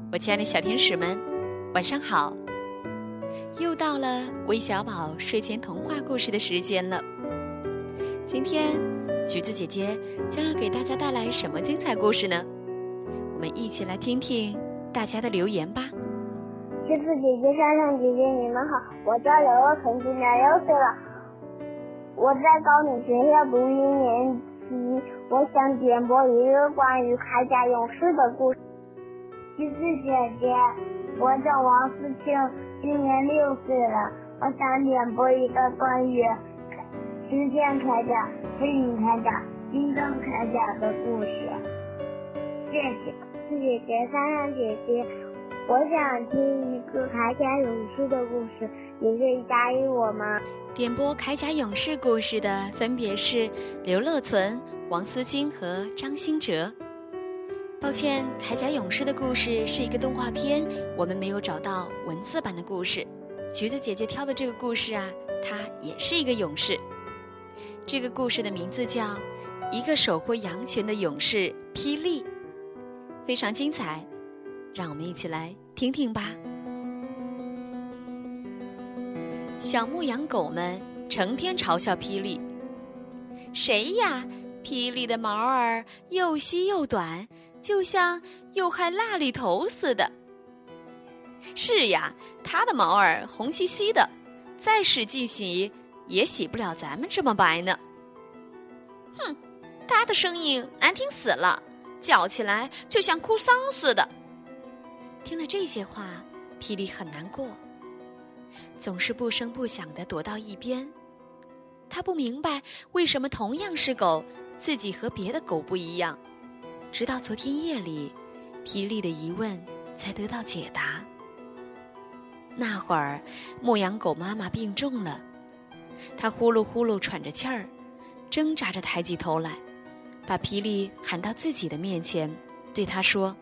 我亲爱的小天使们，晚上好！又到了微小宝睡前童话故事的时间了。今天橘子姐姐将要给大家带来什么精彩故事呢？我们一起来听听大家的留言吧。 橘子姐姐、珊珊姐姐，你们好，我叫刘若晨，今年6岁了，我在高等学校读1年级，我想点播一个关于铠甲勇士的故事。橘子姐姐，我叫王思庆，今年6岁了，我想点播一个关于时间铠甲、飞影铠甲、金刚铠甲的故事。谢谢姐姐、珊珊姐姐，我想听一个铠甲勇士的故事，你可以答应我吗？ 点播铠甲勇士故事的分别是刘乐存、王思清和张新哲。抱歉，铠甲勇士的故事是一个动画片，我们没有找到文字版的故事。橘子姐姐挑的这个故事啊，它也是一个勇士。这个故事的名字叫《一个守护羊群的勇士霹雳》，非常精彩，让我们一起来听听吧。小牧羊狗们成天嘲笑霹雳，谁呀？霹雳的毛儿又稀又短，就像又害蜡里头似的。是呀，它的毛儿红兮兮的，再使劲洗也洗不了咱们这么白呢。哼，它的声音难听死了，叫起来就像哭丧似的。听了这些话，霹雳很难过，总是不声不响地躲到一边。他不明白为什么同样是狗，自己和别的狗不一样。直到昨天夜里，霹雳的疑问才得到解答。那会儿，牧羊狗妈妈病重了，她呼噜呼噜喘着气儿，挣扎着抬起头来，把霹雳喊到自己的面前，对他说：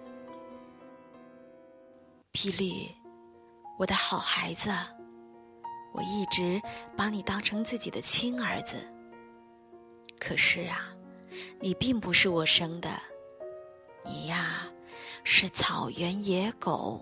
霹雳，我的好孩子，我一直把你当成自己的亲儿子。可是啊，你并不是我生的，你呀，是草原野狗。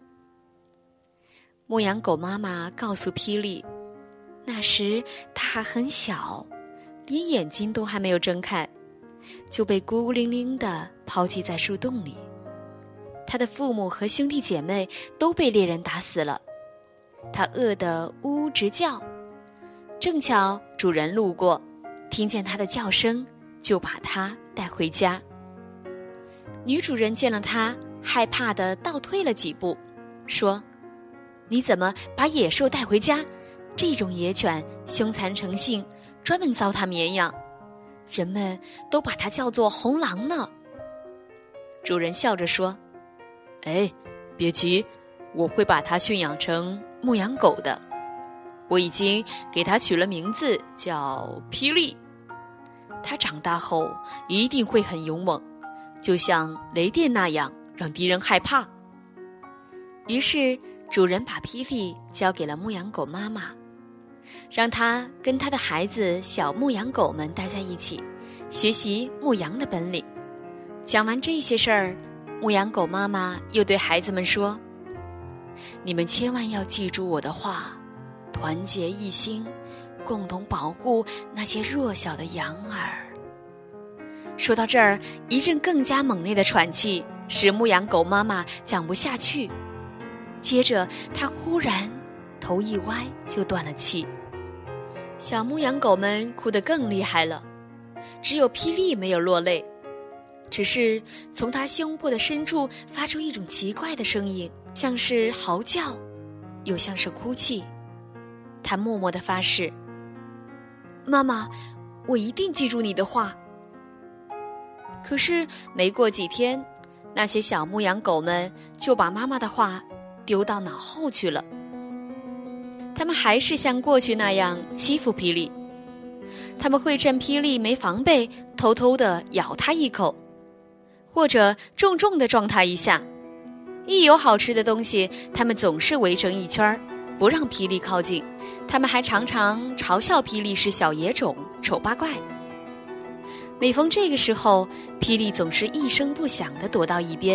牧羊狗妈妈告诉霹雳，那时它还很小，连眼睛都还没有睁开，就被孤孤零零地抛弃在树洞里。他的父母和兄弟姐妹都被猎人打死了，他饿得呜呜直叫。正巧主人路过，听见他的叫声，就把他带回家。女主人见了他，害怕地倒退了几步，说：你怎么把野兽带回家？这种野犬凶残成性，专门糟蹋绵羊，人们都把它叫做红狼呢。主人笑着说：哎，别急，我会把它驯养成牧羊狗的。我已经给它取了名字，叫霹雳。它长大后一定会很勇猛，就像雷电那样让敌人害怕。于是主人把霹雳交给了牧羊狗妈妈，让它跟它的孩子小牧羊狗们待在一起，学习牧羊的本领。讲完这些事儿，牧羊狗妈妈又对孩子们说：你们千万要记住我的话，团结一心，共同保护那些弱小的羊儿。说到这儿，一阵更加猛烈的喘气使牧羊狗妈妈讲不下去，接着她忽然头一歪就断了气。小牧羊狗们哭得更厉害了，只有霹雳没有落泪，只是从他胸部的深处发出一种奇怪的声音，像是嚎叫，又像是哭泣。他默默地发誓：妈妈，我一定记住你的话。可是没过几天，那些小牧羊狗们就把妈妈的话丢到脑后去了。他们还是像过去那样欺负霹雳，他们会趁霹雳没防备，偷偷地咬他一口，或者重重地撞他一下。一有好吃的东西，他们总是围成一圈，不让霹雳靠近。他们还常常嘲笑霹雳是小野种、丑八怪。每逢这个时候，霹雳总是一声不响地躲到一边，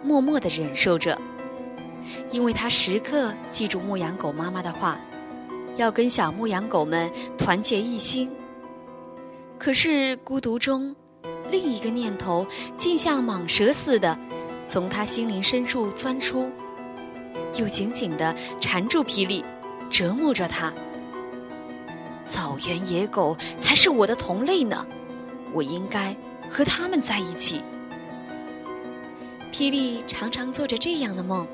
默默地忍受着，因为他时刻记住牧羊狗妈妈的话，要跟小牧羊狗们团结一心。可是孤独中，另一个念头竟像蟒蛇似的从他心灵深处钻出，又紧紧地缠住霹雳，折磨着他。草原野狗才是我的同类呢，我应该和他们在一起。霹雳常常做着这样的梦。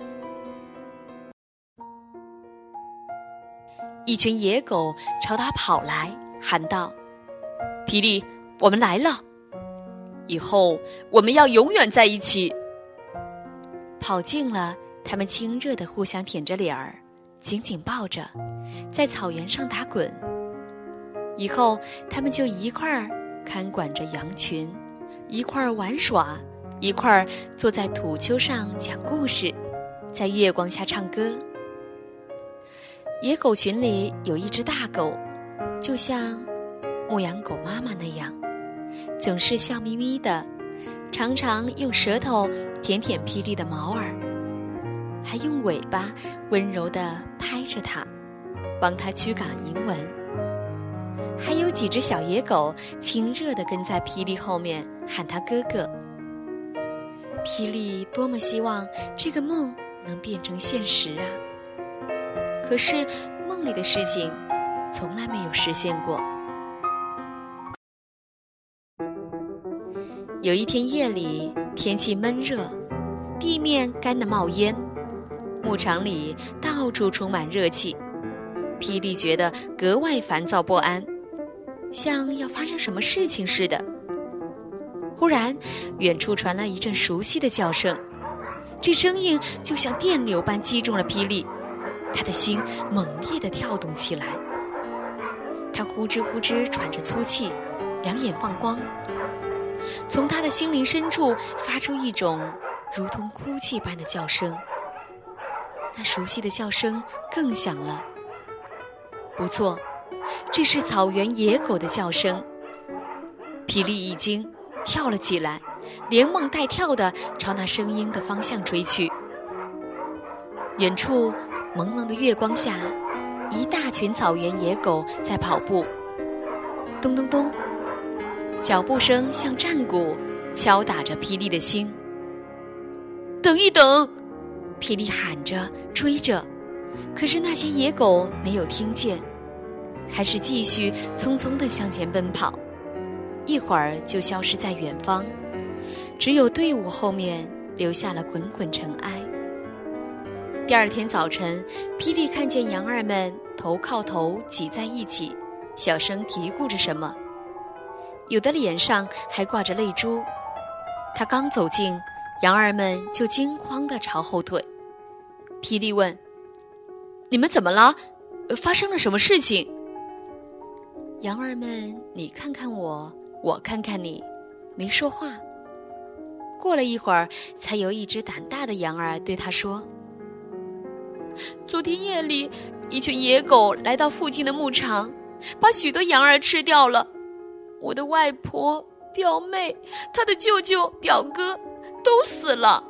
一群野狗朝他跑来，喊道：霹雳，我们来了，以后我们要永远在一起。跑近了，他们亲热地互相舔着脸儿，紧紧抱着，在草原上打滚。以后他们就一块儿看管着羊群，一块儿玩耍，一块儿坐在土丘上讲故事，在月光下唱歌。野狗群里有一只大狗，就像牧羊狗妈妈那样，总是笑眯眯的，常常用舌头舔舔霹雳的毛儿，还用尾巴温柔地拍着它，帮它驱赶蝇蚊。还有几只小野狗亲热地跟在霹雳后面喊他哥哥。霹雳多么希望这个梦能变成现实啊！可是梦里的事情从来没有实现过。有一天夜里，天气闷热，地面干得冒烟，牧场里到处充满热气。霹雳觉得格外烦躁不安，像要发生什么事情似的。忽然，远处传来一阵熟悉的叫声，这声音就像电流般击中了霹雳，他的心猛烈地跳动起来。他呼哧呼哧喘着粗气，两眼放光，从他的心灵深处发出一种如同哭泣般的叫声。那熟悉的叫声更响了，不错，这是草原野狗的叫声。霹雳一惊，跳了起来，连蹦带跳地朝那声音的方向追去。远处朦胧的月光下，一大群草原野狗在跑步，咚咚咚，脚步声像战鼓，敲打着霹雳的心。等一等！霹雳喊着追着，可是那些野狗没有听见，还是继续匆匆地向前奔跑，一会儿就消失在远方，只有队伍后面留下了滚滚尘埃。第二天早晨，霹雳看见羊儿们头靠头挤在一起，小声嘀咕着什么，有的脸上还挂着泪珠。他刚走近，羊儿们就惊慌地朝后退。霹雳问：你们怎么了？发生了什么事情？羊儿们你看看我，我看看你，没说话。过了一会儿，才有一只胆大的羊儿对他说：昨天夜里，一群野狗来到附近的牧场，把许多羊儿吃掉了。我的外婆、表妹、她的舅舅、表哥都死了。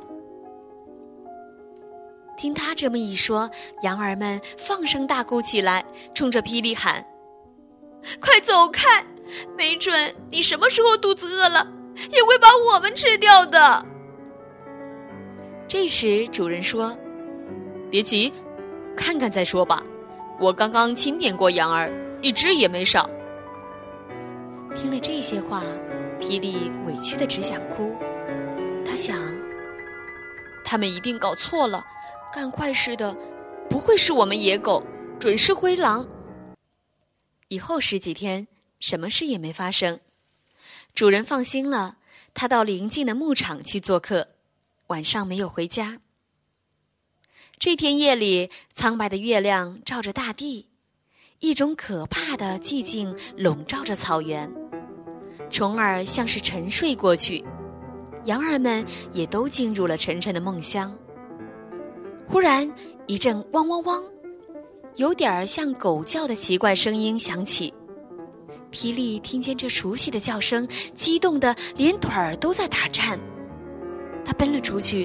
听他这么一说，羊儿们放声大哭起来，冲着霹雳喊：快走开，没准你什么时候肚子饿了，也会把我们吃掉的。这时主人说：别急，看看再说吧，我刚刚清点过羊儿，一只也没少。听了这些话，霹雳委屈得只想哭。他想，他们一定搞错了，干坏事的不会是我们野狗，准是灰狼。以后10几天，什么事也没发生。主人放心了，他到邻近的牧场去做客，晚上没有回家。这天夜里，苍白的月亮照着大地，一种可怕的寂静笼罩着草原。虫儿像是沉睡过去，羊儿们也都进入了沉沉的梦乡。忽然一阵汪汪汪，有点像狗叫的奇怪声音响起。霹雳听见这熟悉的叫声，激动得连腿儿都在打颤。他奔了出去，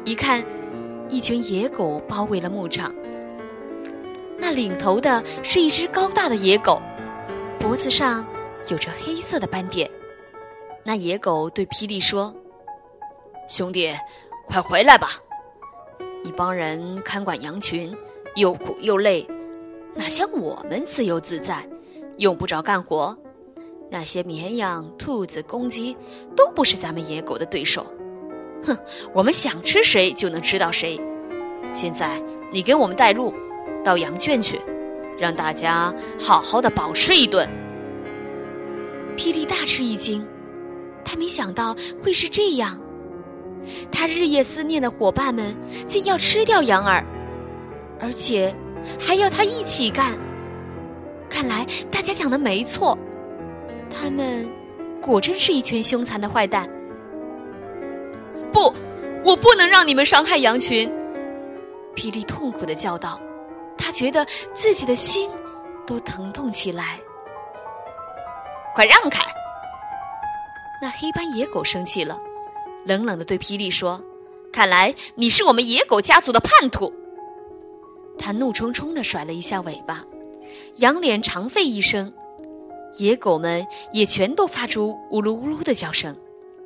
一看，一群野狗包围了牧场。那领头的是一只高大的野狗，脖子上有着黑色的斑点。那野狗对霹雳说：兄弟，快回来吧，你帮人看管羊群，又苦又累，哪像我们自由自在，用不着干活。那些绵羊、兔子、公鸡都不是咱们野狗的对手。哼，我们想吃谁就能吃到谁。现在你给我们带路，到羊圈去，让大家好好的饱吃一顿。霹雳大吃一惊，他没想到会是这样。他日夜思念的伙伴们竟要吃掉羊儿，而且还要他一起干。看来大家讲的没错，他们果真是一群凶残的坏蛋。不，我不能让你们伤害羊群！霹雳痛苦地叫道，他觉得自己的心都疼痛起来。快让开！那黑斑野狗生气了，冷冷地对霹雳说：看来你是我们野狗家族的叛徒。他怒冲冲地甩了一下尾巴，羊脸长吠一声，野狗们也全都发出呜噜呜噜的叫声。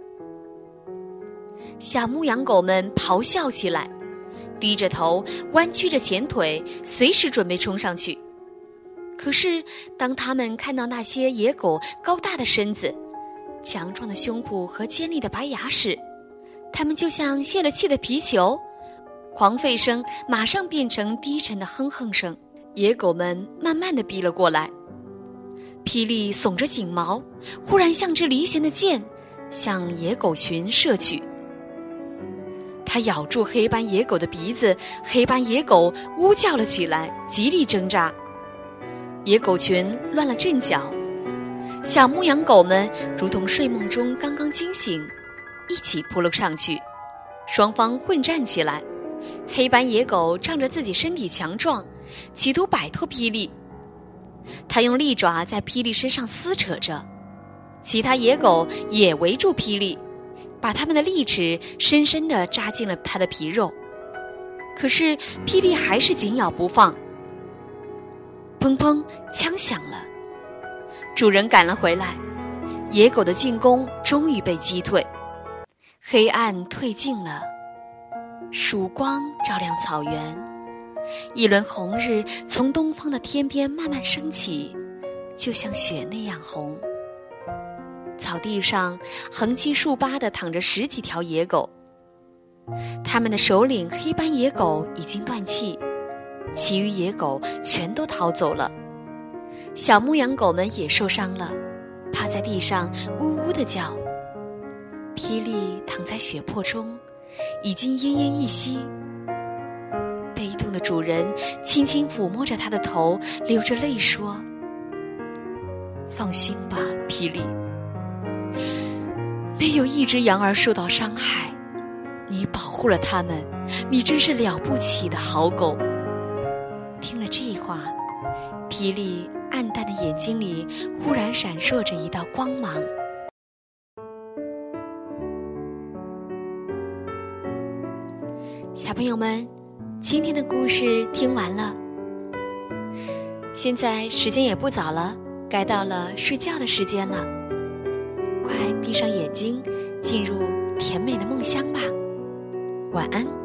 小牧羊狗们咆哮起来，低着头，弯曲着前腿，随时准备冲上去。可是当他们看到那些野狗高大的身子、强壮的胸脯和尖利的白牙时，他们就像泄了气的皮球，狂吠声马上变成低沉的哼哼声。野狗们慢慢地逼了过来，霹雳耸着颈毛，忽然像支离弦的箭向野狗群射去。他咬住黑斑野狗的鼻子，黑斑野狗呜叫了起来，极力挣扎。野狗群乱了阵脚，小牧羊狗们如同睡梦中刚刚惊醒，一起扑了上去，双方混战起来。黑斑野狗仗着自己身体强壮，企图摆脱霹雳。他用利爪在霹雳身上撕扯着，其他野狗也围住霹雳，把他们的利齿深深地扎进了他的皮肉。可是霹雳还是紧咬不放。砰砰，枪响了，主人赶了回来，野狗的进攻终于被击退。黑暗退尽了，曙光照亮草原，一轮红日从东方的天边慢慢升起，就像雪那样红。草地上横七竖八地躺着10几条野狗，他们的首领黑斑野狗已经断气，其余野狗全都逃走了。小牧羊狗们也受伤了，趴在地上呜呜地叫。霹雳躺在血泊中，已经奄奄一息。悲痛的主人轻轻抚摸着他的头，流着泪说：放心吧，霹雳，没有一只羊儿受到伤害，你保护了它们，你真是了不起的好狗。听了这话，霹雳暗淡的眼睛里忽然闪烁着一道光芒。小朋友们，今天的故事听完了，现在时间也不早了，该到了睡觉的时间了，快闭上眼睛，进入甜美的梦乡吧，晚安。